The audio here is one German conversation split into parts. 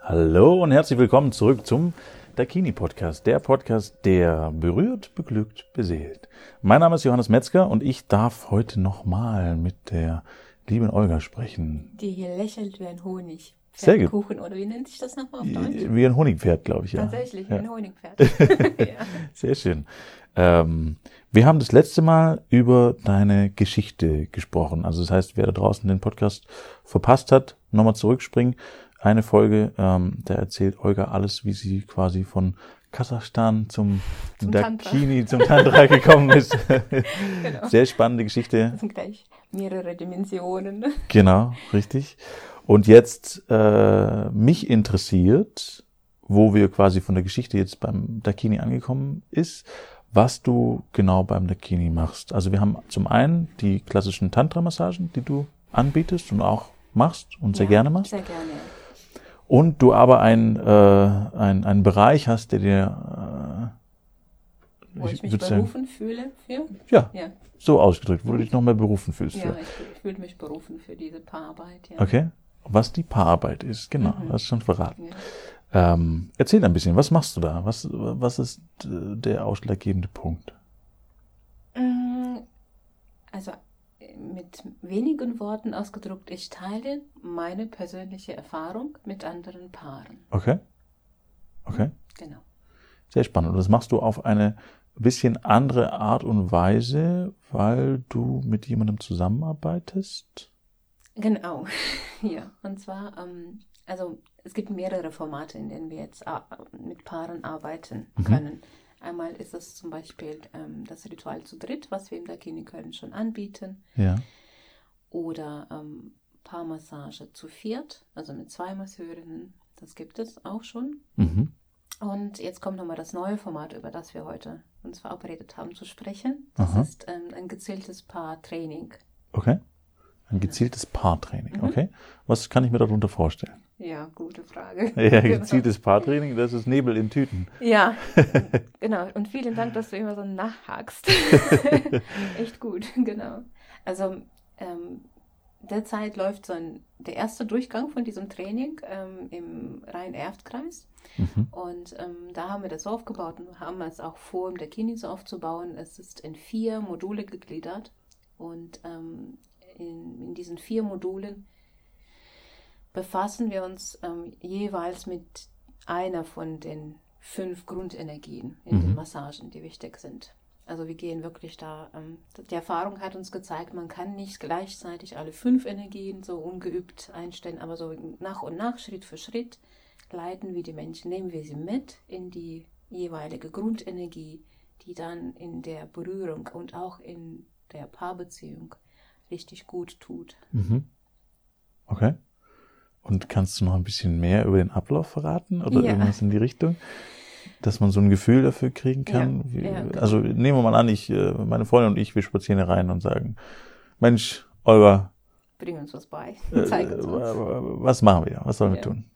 Hallo und herzlich willkommen zurück zum Dakini-Podcast, der Podcast, der berührt, beglückt, beseelt. Mein Name ist Johannes Metzger und ich darf heute nochmal mit der lieben Olga sprechen. Die hier lächelt wie ein Honig. Sehr gut. Kuchen, oder wie nennt sich das nochmal auf Deutsch? Wie ein Honigpferd, glaube ich. Ja. Tatsächlich, wie ein Honigpferd. Ja. Sehr schön. Wir haben das letzte Mal über deine Geschichte gesprochen. Also das heißt, wer da draußen den Podcast verpasst hat, nochmal zurückspringen. Eine Folge, da erzählt Olga alles, wie sie quasi von Kasachstan zum Dakini, zum Tantra gekommen ist. Genau. Sehr spannende Geschichte. Das sind gleich mehrere Dimensionen. Genau, richtig. Und jetzt mich interessiert, wo wir quasi von der Geschichte jetzt beim Dakini angekommen ist, was du genau beim Dakini machst. Also wir haben zum einen die klassischen Tantra-Massagen, die du anbietest und auch machst und sehr gerne machst. Sehr gerne. Und du aber einen Bereich hast, der dir wo ich mich berufen fühle für? Ja, so ausgedrückt, wo du dich noch mehr berufen fühlst. Ja, ich fühle mich berufen für diese Paararbeit. Ja. Okay, was die Paararbeit ist, genau, hast du schon verraten. Ja. Erzähl ein bisschen, was machst du da? Was ist der ausschlaggebende Punkt? Also mit wenigen Worten ausgedrückt, ich teile meine persönliche Erfahrung mit anderen Paaren. Okay. Genau. Sehr spannend. Und das machst du auf eine bisschen andere Art und Weise, weil du mit jemandem zusammenarbeitest? Genau, ja. Und zwar, also es gibt mehrere Formate, in denen wir jetzt mit Paaren arbeiten können. Einmal ist es zum Beispiel das Ritual zu dritt, was wir im Dakini Köln schon anbieten. Ja. Oder Paarmassage zu viert, also mit 2 Masseurinnen. Das gibt es auch schon. Und jetzt kommt nochmal das neue Format, über das wir heute uns verabredet haben zu sprechen. Das ist ein gezieltes Paartraining. Okay. Ein gezieltes Paartraining, okay. Was kann ich mir darunter vorstellen? Ja, gute Frage. Ja, gezieltes Paartraining, das ist Nebel in Tüten. Ja, genau. Und vielen Dank, dass du immer so nachhakst. Echt gut, genau. Also derzeit läuft der erste Durchgang von diesem Training im Rhein-Erft-Kreis. Und da haben wir das so aufgebaut und haben es auch vor, im Dakini so aufzubauen. Es ist in 4 Module gegliedert. Und in diesen 4 Modulen befassen wir uns jeweils mit einer von den 5 Grundenergien in den Massagen, die wichtig sind. Also wir gehen wirklich da, die Erfahrung hat uns gezeigt, man kann nicht gleichzeitig alle 5 Energien so ungeübt einstellen, aber so nach und nach, Schritt für Schritt, leiten wir die Menschen, nehmen wir sie mit in die jeweilige Grundenergie, die dann in der Berührung und auch in der Paarbeziehung richtig gut tut. Okay. Und kannst du noch ein bisschen mehr über den Ablauf verraten oder irgendwas in die Richtung, dass man so ein Gefühl dafür kriegen kann? Genau. Also nehmen wir mal an, meine Freundin und ich, wir spazieren hier rein und sagen, Mensch, Olga, bring uns was bei, zeig uns was. Was machen wir? Was sollen wir tun?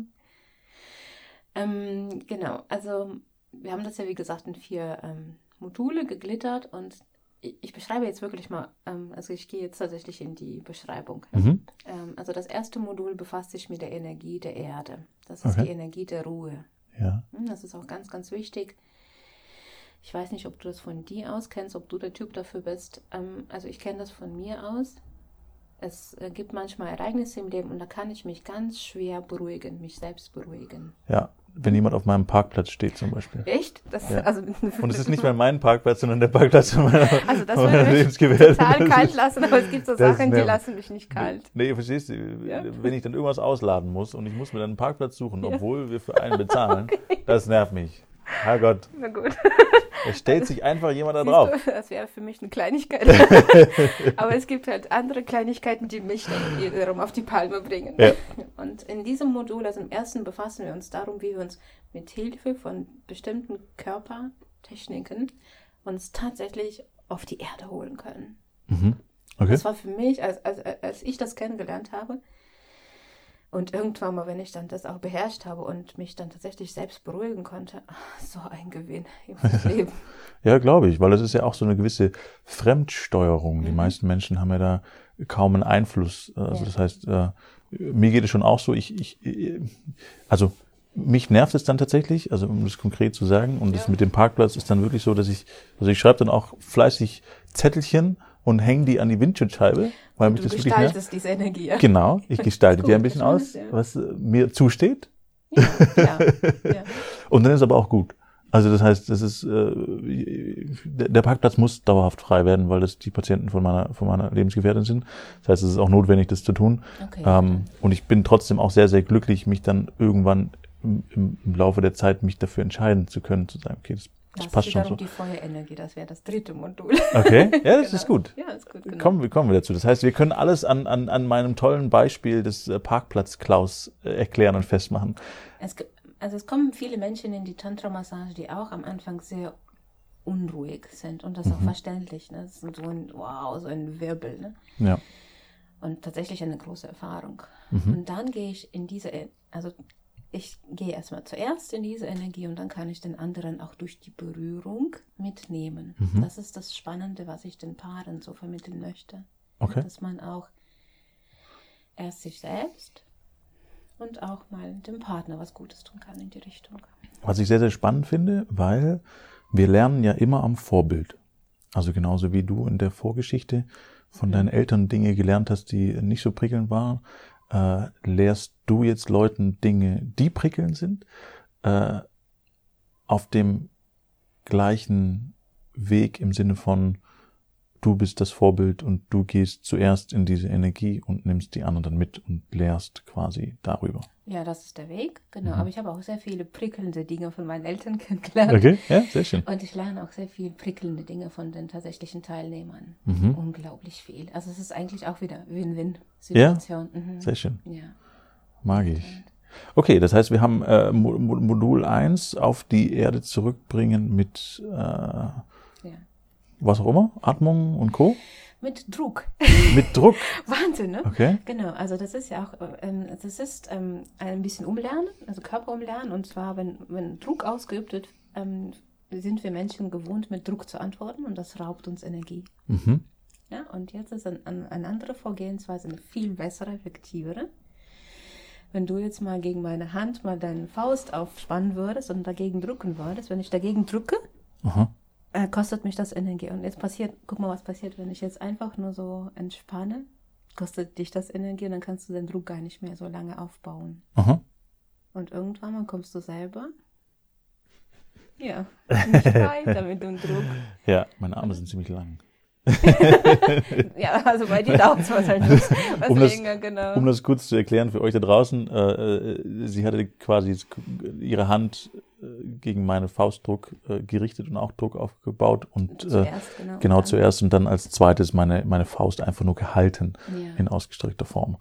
Genau, also wir haben das ja wie gesagt in 4 Module gegliedert und ich beschreibe jetzt wirklich mal, also ich gehe jetzt tatsächlich in die Beschreibung. Also das erste Modul befasst sich mit der Energie der Erde. Das ist die Energie der Ruhe. Ja. Das ist auch ganz, ganz wichtig. Ich weiß nicht, ob du das von dir aus kennst, ob du der Typ dafür bist. Also ich kenne das von mir aus. Es gibt manchmal Ereignisse im Leben und da kann ich mich ganz schwer beruhigen, mich selbst beruhigen. Ja. Wenn jemand auf meinem Parkplatz steht zum Beispiel. Echt? Und es ist nicht mehr mein Parkplatz, sondern der Parkplatz von meiner Also das würde mich total kalt lassen, aber es gibt so Sachen, die lassen mich nicht kalt. Nee, verstehst du, wenn ich dann irgendwas ausladen muss und ich muss mir dann einen Parkplatz suchen, obwohl wir für einen bezahlen, das nervt mich. Herrgott. Na gut. Es stellt sich einfach jemand da drauf. Das wäre für mich eine Kleinigkeit. Aber es gibt halt andere Kleinigkeiten, die mich dann wiederum auf die Palme bringen. Ja. Und in diesem Modul, also im ersten, befassen wir uns darum, wie wir uns mit Hilfe von bestimmten Körpertechniken uns tatsächlich auf die Erde holen können. Okay. Das war für mich, als ich das kennengelernt habe, und irgendwann mal, wenn ich dann das auch beherrscht habe und mich dann tatsächlich selbst beruhigen konnte, so ein Gewinn im Leben. Ja, glaube ich, weil es ist ja auch so eine gewisse Fremdsteuerung. Die meisten Menschen haben ja da kaum einen Einfluss. Also das heißt, mir geht es schon auch so, also mich nervt es dann tatsächlich, also um das konkret zu sagen, und das mit dem Parkplatz ist dann wirklich so, dass ich schreibe dann auch fleißig Zettelchen und hänge die an die Windschutzscheibe, weil mich das wirklich nervt. Du gestaltest diese Energie. Ja. Genau, ich gestalte die ein bisschen aus, was mir zusteht. Ja. Und dann ist aber auch gut. Also das heißt, der Parkplatz muss dauerhaft frei werden, weil das die Patienten von meiner Lebensgefährtin sind. Das heißt, es ist auch notwendig, das zu tun. Okay. Und ich bin trotzdem auch sehr, sehr glücklich, mich dann irgendwann im Laufe der Zeit mich dafür entscheiden zu können, zu sagen, okay, das passt schon so. Die Feuerenergie, das wäre das 3. Modul. Okay, ja, das ist gut. Ja, ist gut, genau. Kommen wir dazu. Das heißt, wir können alles an meinem tollen Beispiel des Parkplatz-Klaus erklären und festmachen. Es kommen viele Menschen in die Tantra-Massage, die auch am Anfang sehr unruhig sind. Und das ist auch verständlich. Ne? Das ist so ein Wirbel. Ne? Ja. Und tatsächlich eine große Erfahrung. Und dann gehe ich ich gehe erstmal zuerst in diese Energie und dann kann ich den anderen auch durch die Berührung mitnehmen. Das ist das Spannende, was ich den Paaren so vermitteln möchte. Okay. Dass man auch erst sich selbst und auch mal dem Partner was Gutes tun kann in die Richtung. Was ich sehr, sehr spannend finde, weil wir lernen ja immer am Vorbild. Also genauso wie du in der Vorgeschichte von deinen Eltern Dinge gelernt hast, die nicht so prickelnd waren, lehrst du jetzt Leuten Dinge, die prickelnd sind, auf dem gleichen Weg im Sinne von, du bist das Vorbild und du gehst zuerst in diese Energie und nimmst die anderen mit und lehrst quasi darüber. Ja, das ist der Weg, genau. Aber ich habe auch sehr viele prickelnde Dinge von meinen Eltern kennengelernt. Okay, ja, sehr schön. Und ich lerne auch sehr viel prickelnde Dinge von den tatsächlichen Teilnehmern. Unglaublich viel. Also es ist eigentlich auch wieder Win-Win-Situation. Ja, sehr schön. Ja. Mag ich. Okay, das heißt, wir haben Modul 1 auf die Erde zurückbringen mit was auch immer, Atmung und Co. Mit Druck. Mit Druck? Wahnsinn, ne? Okay. Genau, also das ist ja auch, ein bisschen Umlernen, also Körperumlernen. Und zwar, wenn Druck ausgeübt wird, sind wir Menschen gewohnt, mit Druck zu antworten und das raubt uns Energie. Ja, und jetzt ist eine andere Vorgehensweise, eine viel bessere, effektivere. Wenn du jetzt mal gegen meine Hand mal deine Faust aufspannen würdest und dagegen drücken würdest, wenn ich dagegen drücke, kostet mich das Energie. Und jetzt guck mal, was passiert, wenn ich jetzt einfach nur so entspanne, kostet dich das Energie und dann kannst du den Druck gar nicht mehr so lange aufbauen. Und irgendwann mal kommst du selber, nicht weiter mit dem Druck. Ja, meine Arme sind ziemlich lang. Ja, also bei dir dauert es wahrscheinlich. Um das kurz zu erklären für euch da draußen, sie hatte quasi ihre Hand gegen meinen Faustdruck gerichtet und auch Druck aufgebaut und zuerst und dann als zweites meine Faust einfach nur gehalten in ausgestreckter Form.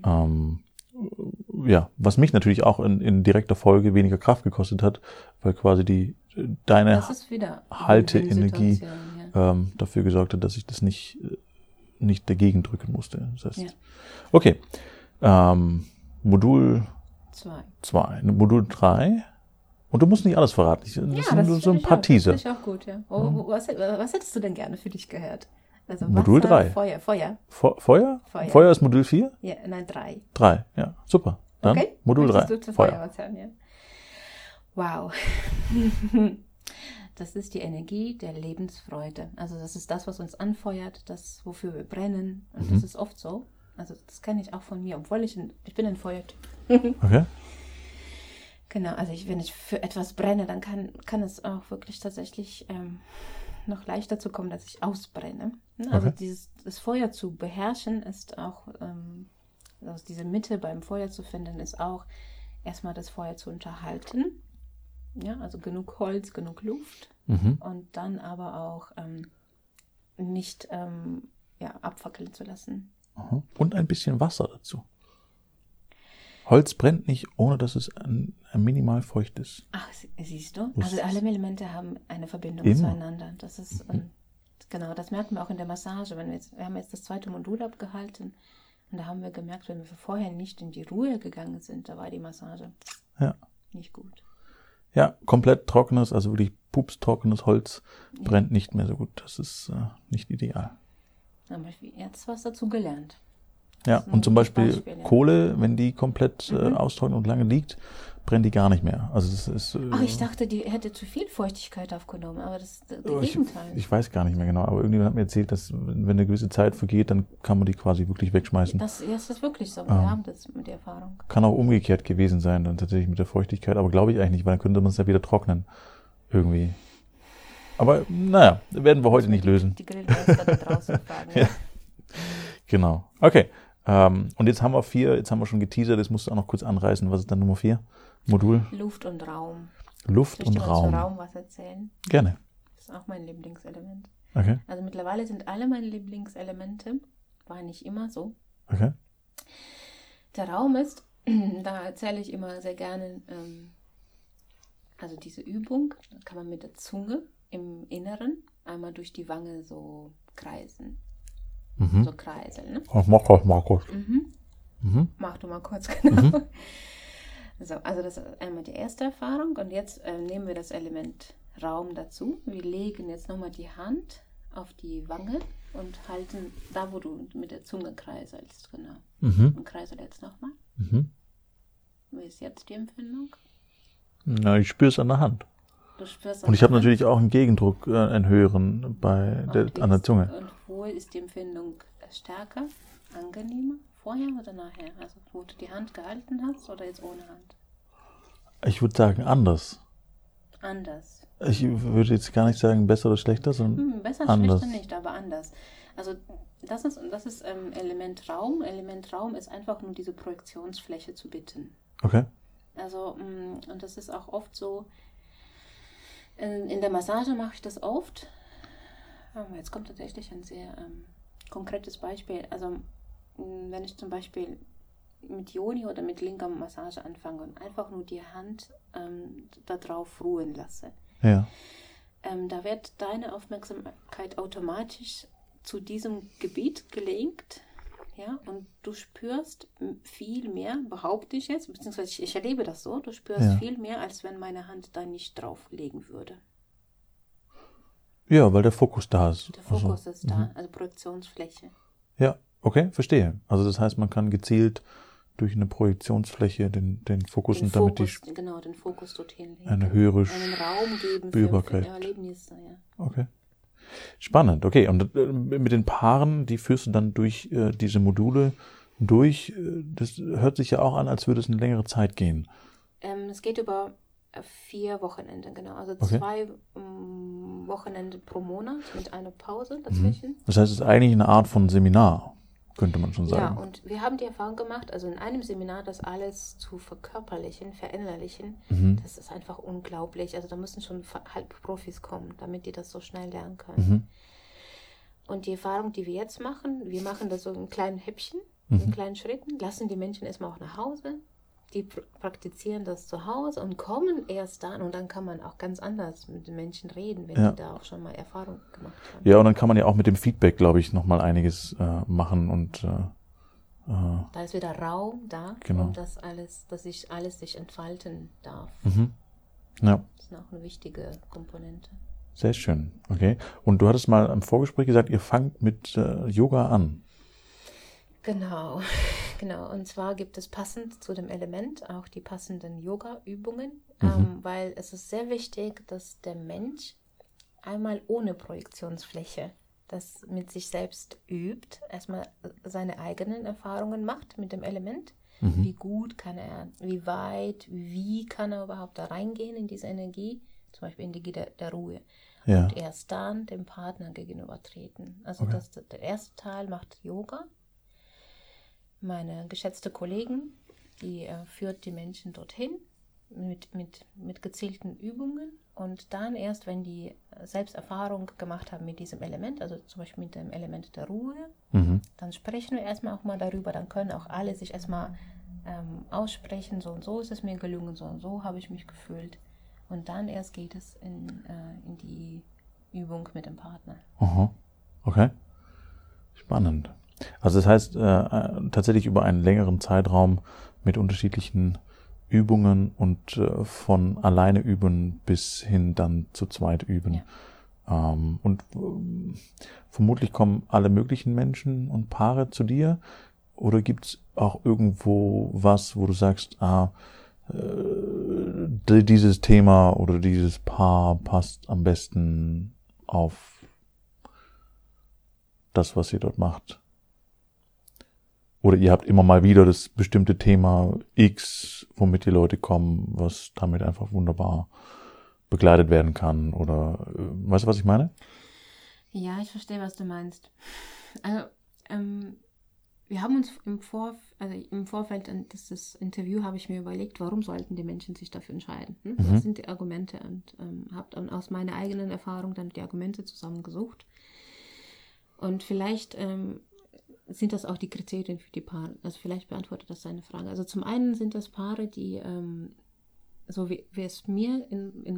Was mich natürlich auch in direkter Folge weniger Kraft gekostet hat, weil quasi deine Halteenergie dafür gesorgt hat, dass ich das nicht dagegen drücken musste. Das heißt, okay, Modul 2, Modul 3. Und du musst nicht alles verraten. Das sind so ein paar Teaser. Das finde ich auch gut, ja. Was hättest du denn gerne für dich gehört? Also Modul 3. Feuer. Feuer ist Modul 4? Ja, nein, 3. 3, ja, super. Dann okay. Modul 3. Du zu Feuer was hören, ja. Wow. Das ist die Energie der Lebensfreude. Also das ist das, was uns anfeuert, das, wofür wir brennen. Und das ist oft so. Also das kenne ich auch von mir, obwohl ich bin ein Feuertyp. Okay. Genau, also wenn ich für etwas brenne, dann kann es auch wirklich tatsächlich noch leichter zu kommen, dass ich ausbrenne. Also das Feuer zu beherrschen ist auch, also diese Mitte beim Feuer zu finden, ist auch erstmal das Feuer zu unterhalten. Ja, also genug Holz, genug Luft und dann aber auch nicht abfackeln zu lassen. Und ein bisschen Wasser dazu. Holz brennt nicht, ohne dass es minimal feucht ist. Ach, siehst du? Also alle Elemente haben eine Verbindung zueinander. Das ist, genau, das merken wir auch in der Massage. Wir haben jetzt das 2. Modul abgehalten und da haben wir gemerkt, wenn wir vorher nicht in die Ruhe gegangen sind, da war die Massage nicht gut. Ja, komplett trockenes, also wirklich pupstrockenes Holz brennt nicht mehr so gut. Das ist nicht ideal. Dann habe ich jetzt was dazu gelernt. Ja, und zum Beispiel Kohle, wenn die komplett austrocknet und lange liegt, brennt die gar nicht mehr. Also das ist. Ach, ich dachte, die hätte zu viel Feuchtigkeit aufgenommen, aber das ist das Gegenteil. Ich weiß gar nicht mehr genau, aber irgendjemand hat mir erzählt, dass wenn eine gewisse Zeit vergeht, dann kann man die quasi wirklich wegschmeißen. Das ist wirklich so. Wir haben das mit der Erfahrung. Kann auch umgekehrt gewesen sein, dann tatsächlich mit der Feuchtigkeit, aber glaube ich eigentlich nicht, weil dann könnte man es ja wieder trocknen. Irgendwie. Aber naja, werden wir heute nicht lösen. Die Grillmeister da draußen fragen. Ja. Genau. Okay. Und jetzt haben wir schon geteasert, jetzt musst du auch noch kurz anreißen. Was ist dann Nummer 4? Modul? Luft und Raum. Luft und Raum. Zu Raum was erzählen? Gerne. Das ist auch mein Lieblingselement. Okay. Also mittlerweile sind alle meine Lieblingselemente, war nicht immer so. Okay. Der Raum ist, da erzähle ich immer sehr gerne, also diese Übung, da kann man mit der Zunge im Inneren einmal durch die Wange so kreisen. So kreiseln, ne? Mach kurz. Mach du mal kurz, genau. So, also das ist einmal die erste Erfahrung und jetzt nehmen wir das Element Raum dazu. Wir legen jetzt nochmal die Hand auf die Wange und halten da, wo du mit der Zunge kreiselst, genau. Und kreisel jetzt nochmal. Wie ist jetzt die Empfindung? Na, ich spüre es an der Hand. Du spürst und ich habe natürlich auch einen Gegendruck, einen höheren an der Zunge. Und wo ist die Empfindung stärker, angenehmer? Vorher oder nachher? Also wo du die Hand gehalten hast oder jetzt ohne Hand? Ich würde sagen anders. Anders. Ich würde jetzt gar nicht sagen besser oder schlechter, sondern besser, anders. Schlechter nicht, aber anders. Also das ist Element Raum. Element Raum ist einfach nur diese Projektionsfläche zu bitten. Okay. Also und das ist auch oft so, in der Massage mache ich das oft. Jetzt kommt tatsächlich ein sehr konkretes Beispiel. Also wenn ich zum Beispiel mit Yoni oder mit linker Massage anfange und einfach nur die Hand da drauf ruhen lasse, ja. Da wird deine Aufmerksamkeit automatisch zu diesem Gebiet gelenkt, ja, und du spürst viel mehr, behaupte ich jetzt, beziehungsweise ich erlebe das so, du spürst viel mehr, als wenn meine Hand da nicht drauf legen würde. Ja, weil der Fokus da ist. Der Fokus ist da, also Projektionsfläche. Ja, okay, verstehe. Also das heißt, man kann gezielt durch eine Projektionsfläche den Fokus und damit den Fokus dorthin legen. Eine höhere einen Raum geben Spürbarkeit. für Erlebnisse, ja. Okay. Spannend, okay. Und mit den Paaren, die führst du dann durch diese Module durch. Das hört sich ja auch an, als würde es eine längere Zeit gehen. Es geht über 4 Wochenende, genau. Also 2 Wochenende pro Monat mit einer Pause dazwischen. Das heißt, es ist eigentlich eine Art von Seminar, könnte man schon sagen. Ja, und wir haben die Erfahrung gemacht, also in einem Seminar das alles zu verkörperlichen, verinnerlichen, das ist einfach unglaublich. Also da müssen schon Halbprofis kommen, damit die das so schnell lernen können. Und die Erfahrung, die wir jetzt machen, wir machen das so in kleinen Häppchen, in kleinen Schritten, lassen die Menschen erstmal auch nach Hause. Die praktizieren das zu Hause und kommen erst dann und dann kann man auch ganz anders mit den Menschen reden, wenn die da auch schon mal Erfahrung gemacht haben. Ja, und dann kann man ja auch mit dem Feedback, glaube ich, nochmal einiges machen und da ist wieder Raum da, und dass alles sich entfalten darf. Ja. Das ist auch eine wichtige Komponente. Sehr schön, okay. Und du hattest mal im Vorgespräch gesagt, ihr fangt mit Yoga an. Genau. Und zwar gibt es passend zu dem Element auch die passenden Yoga-Übungen, weil es ist sehr wichtig, dass der Mensch einmal ohne Projektionsfläche das mit sich selbst übt, erstmal seine eigenen Erfahrungen macht mit dem Element. Wie gut kann er, wie weit, wie kann er überhaupt da reingehen in diese Energie, zum Beispiel in die der Ruhe. Ja. Und erst dann dem Partner gegenüber treten. Also der erste Teil macht Yoga. Meine geschätzte Kollegin, die führt die Menschen dorthin mit gezielten Übungen und dann erst, wenn die Selbsterfahrung gemacht haben mit diesem Element, also zum Beispiel mit dem Element der Ruhe, dann sprechen wir erstmal auch mal darüber, dann können auch alle sich erstmal aussprechen, so und so ist es mir gelungen, so und so habe ich mich gefühlt und dann erst geht es in die Übung mit dem Partner. Aha. Okay. Spannend. Also das heißt, tatsächlich über einen längeren Zeitraum mit unterschiedlichen Übungen und von alleine üben bis hin dann zu zweit üben. Und vermutlich kommen alle möglichen Menschen und Paare zu dir. Oder gibt es auch irgendwo was, wo du sagst, dieses Thema oder dieses Paar passt am besten auf das, was ihr dort macht? Oder ihr habt immer mal wieder das bestimmte Thema X, womit die Leute kommen, was damit einfach wunderbar begleitet werden kann? Oder weißt du, was ich meine? Ja, ich verstehe, was du meinst. Also, wir haben uns im Vorfeld des Interviews habe ich mir überlegt, warum sollten die Menschen sich dafür entscheiden? Was sind die Argumente? Und habe dann aus meiner eigenen Erfahrung dann die Argumente zusammengesucht. Und vielleicht sind das auch die Kriterien für die Paare. Also vielleicht beantwortet das deine Frage. Also zum einen sind das Paare, die, so wie es mir in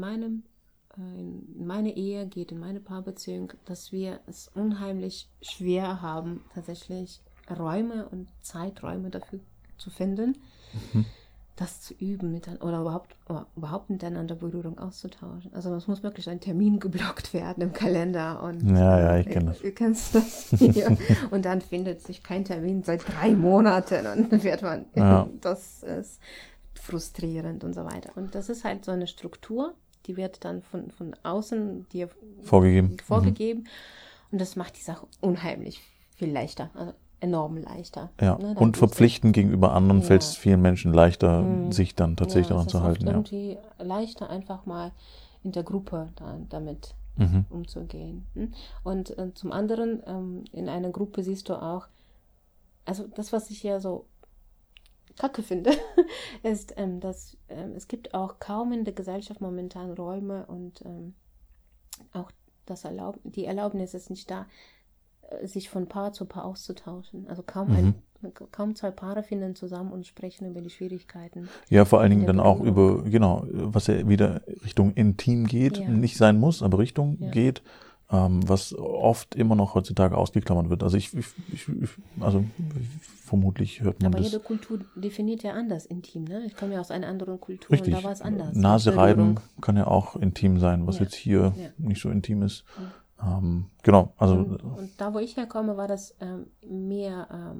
meine Ehe geht, in meine Paarbeziehung, dass wir es unheimlich schwer haben, tatsächlich Räume und Zeiträume dafür zu finden, das zu üben oder überhaupt miteinander Berührung auszutauschen. Also es muss wirklich ein Termin geblockt werden im Kalender. Und ja, ich kenne das. Du kennst das hier. Und dann findet sich kein Termin seit 3 Monaten und dann wird man, das ist frustrierend und so weiter. Und das ist halt so eine Struktur, die wird dann von außen dir vorgegeben. Und das macht die Sache unheimlich viel leichter, also enorm leichter. Ja, ne, und verpflichtend gegenüber anderen fällt es vielen Menschen leichter, sich dann tatsächlich daran zu halten. Es ist irgendwie leichter, einfach mal in der Gruppe damit umzugehen. Und zum anderen, in einer Gruppe siehst du auch, also das, was ich ja so kacke finde, ist, dass es gibt auch kaum in der Gesellschaft momentan Räume und auch die Erlaubnis ist nicht da, sich von Paar zu Paar auszutauschen. Also kaum 2 Paare finden zusammen und sprechen über die Schwierigkeiten. Ja, vor allen Dingen dann auch über, was ja wieder Richtung intim geht, nicht sein muss, aber Richtung geht, was oft immer noch heutzutage ausgeklammert wird. Also also vermutlich hört man aber das. jede Kultur definiert ja anders intim, ne? Ich komme ja aus einer anderen Kultur. Richtig. Und da war es anders. Nase reiben kann ja auch intim sein, was jetzt hier nicht so intim ist. Genau, also. Und da, wo ich herkomme, war das mehr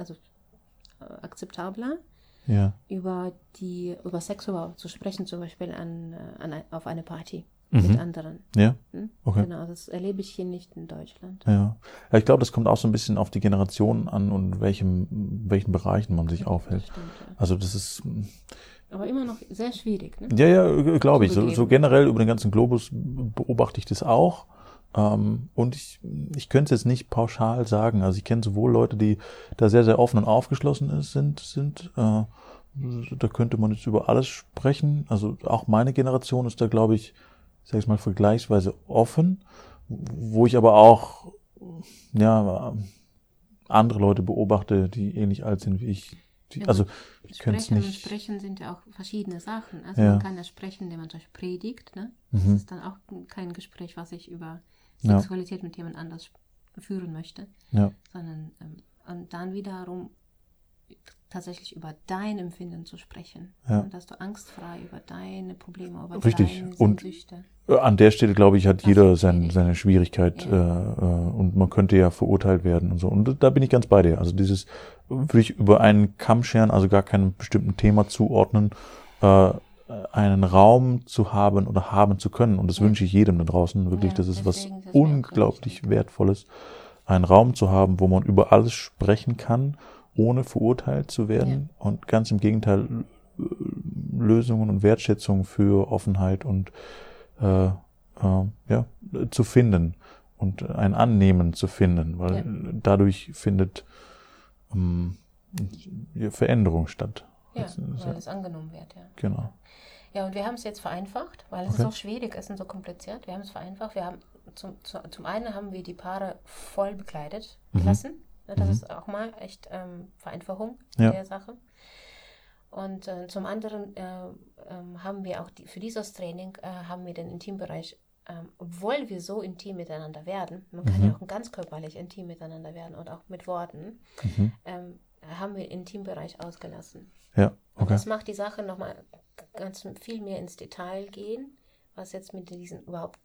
akzeptabler, über Sex überhaupt zu sprechen, zum Beispiel auf einer Party mit anderen. Ja, okay. Genau, das erlebe ich hier nicht in Deutschland. Ja, ich glaube, das kommt auch so ein bisschen auf die Generation an und welchen Bereichen man sich aufhält. Stimmt, Also das ist... Aber immer noch sehr schwierig, ne? Ja, glaube ich. So generell über den ganzen Globus beobachte ich das auch. Und ich könnte es jetzt nicht pauschal sagen. Also ich kenne sowohl Leute, die da sehr, sehr offen und aufgeschlossen sind. Da könnte man jetzt über alles sprechen. Also auch meine Generation ist da, glaube ich, sag ich mal, vergleichsweise offen. Wo ich aber auch, andere Leute beobachte, die ähnlich alt sind wie ich. Also ich könnte es nicht. Sprechen sind ja auch verschiedene Sachen. Also man kann ja sprechen, indem man zum Beispiel predigt. Ne? Das ist dann auch kein Gespräch, was ich über Sexualität mit jemand anders führen möchte, sondern und dann wiederum tatsächlich über dein Empfinden zu sprechen, dass du angstfrei über deine Probleme, über deine Sehnsüchte. Und an der Stelle, glaube ich, hat jeder seine Schwierigkeit und man könnte ja verurteilt werden und so. Und da bin ich ganz bei dir. Also dieses würde ich über einen Kamm scheren, also gar keinem bestimmten Thema zuordnen, einen Raum zu haben oder haben zu können. Und das wünsche ich jedem da draußen. Wirklich, das ist was unglaublich Wertvolles. Einen Raum zu haben, wo man über alles sprechen kann, ohne verurteilt zu werden. Und ganz im Gegenteil, Lösungen und Wertschätzung für Offenheit und zu finden und ein Annehmen zu finden. Weil dadurch findet Veränderung statt. Ja, weil es angenommen wird, Genau. Ja, und wir haben es jetzt vereinfacht, weil es so schwierig ist und so kompliziert. Wir haben es vereinfacht. Wir haben zum einen haben wir die Paare voll bekleidet gelassen. Das ist auch mal echt Vereinfachung der Sache. Und zum anderen haben wir auch für dieses Training haben wir den Intimbereich, obwohl wir so intim miteinander werden, man kann ja auch ganz körperlich intim miteinander werden und auch mit Worten, haben wir den Intimbereich ausgelassen. Ja, okay. Und das macht die Sache nochmal ganz viel mehr ins Detail gehen, was jetzt mit diesen überhaupt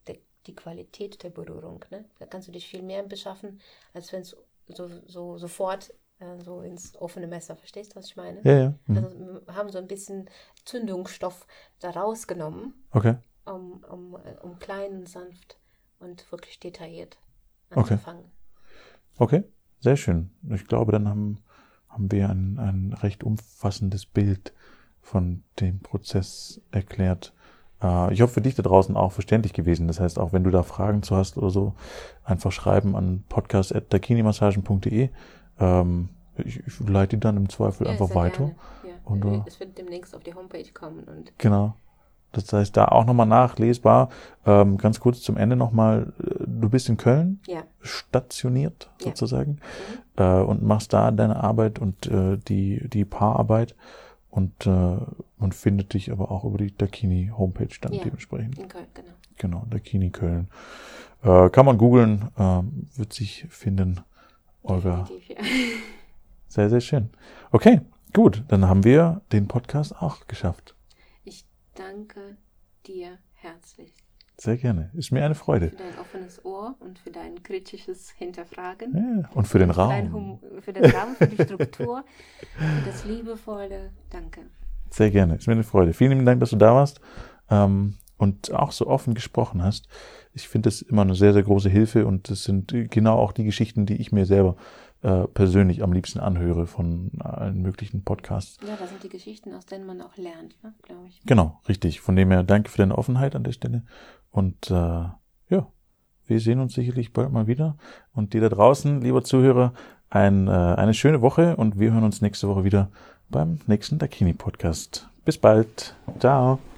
die Qualität der Berührung. Ne? Da kannst du dich viel mehr beschaffen, als wenn es so sofort so ins offene Messer, verstehst du, was ich meine? Ja. Also wir haben so ein bisschen Zündungsstoff da rausgenommen, Okay. um klein und sanft und wirklich detailliert anzufangen. Okay, sehr schön. Ich glaube, dann haben wir ein recht umfassendes Bild von dem Prozess erklärt. Ich hoffe, für dich da draußen auch verständlich gewesen. Das heißt, auch wenn du da Fragen zu hast oder so, einfach schreiben an podcast@dakinimassagen.de. Ich leite die dann im Zweifel einfach weiter. Ja. Und, es wird demnächst auf die Homepage kommen. Und genau. Das heißt, da auch nochmal nachlesbar. Ganz kurz zum Ende nochmal. Du bist in Köln stationiert sozusagen und machst da deine Arbeit und die Paararbeit und man findet dich aber auch über die Dakini Homepage dann dementsprechend. In Köln, genau. Genau, Dakini Köln. Kann man googeln, wird sich finden. Olga. Definitiv, ja. Sehr, sehr schön. Okay, gut, dann haben wir den Podcast auch geschafft. Ich danke dir herzlich. Sehr gerne. Ist mir eine Freude. Für dein offenes Ohr und für dein kritisches Hinterfragen. Ja, und für den Raum. Für den Raum, für die Struktur, für das liebevolle Danke. Sehr gerne. Ist mir eine Freude. Vielen lieben Dank, dass du da warst und auch so offen gesprochen hast. Ich finde das immer eine sehr, sehr große Hilfe und das sind genau auch die Geschichten, die ich mir selber persönlich am liebsten anhöre von allen möglichen Podcasts. Ja, das sind die Geschichten, aus denen man auch lernt, ne, glaube ich. Genau, richtig. Von dem her danke für deine Offenheit an der Stelle und wir sehen uns sicherlich bald mal wieder und dir da draußen, lieber Zuhörer, eine schöne Woche und wir hören uns nächste Woche wieder beim nächsten Dakini Podcast. Bis bald. Ciao.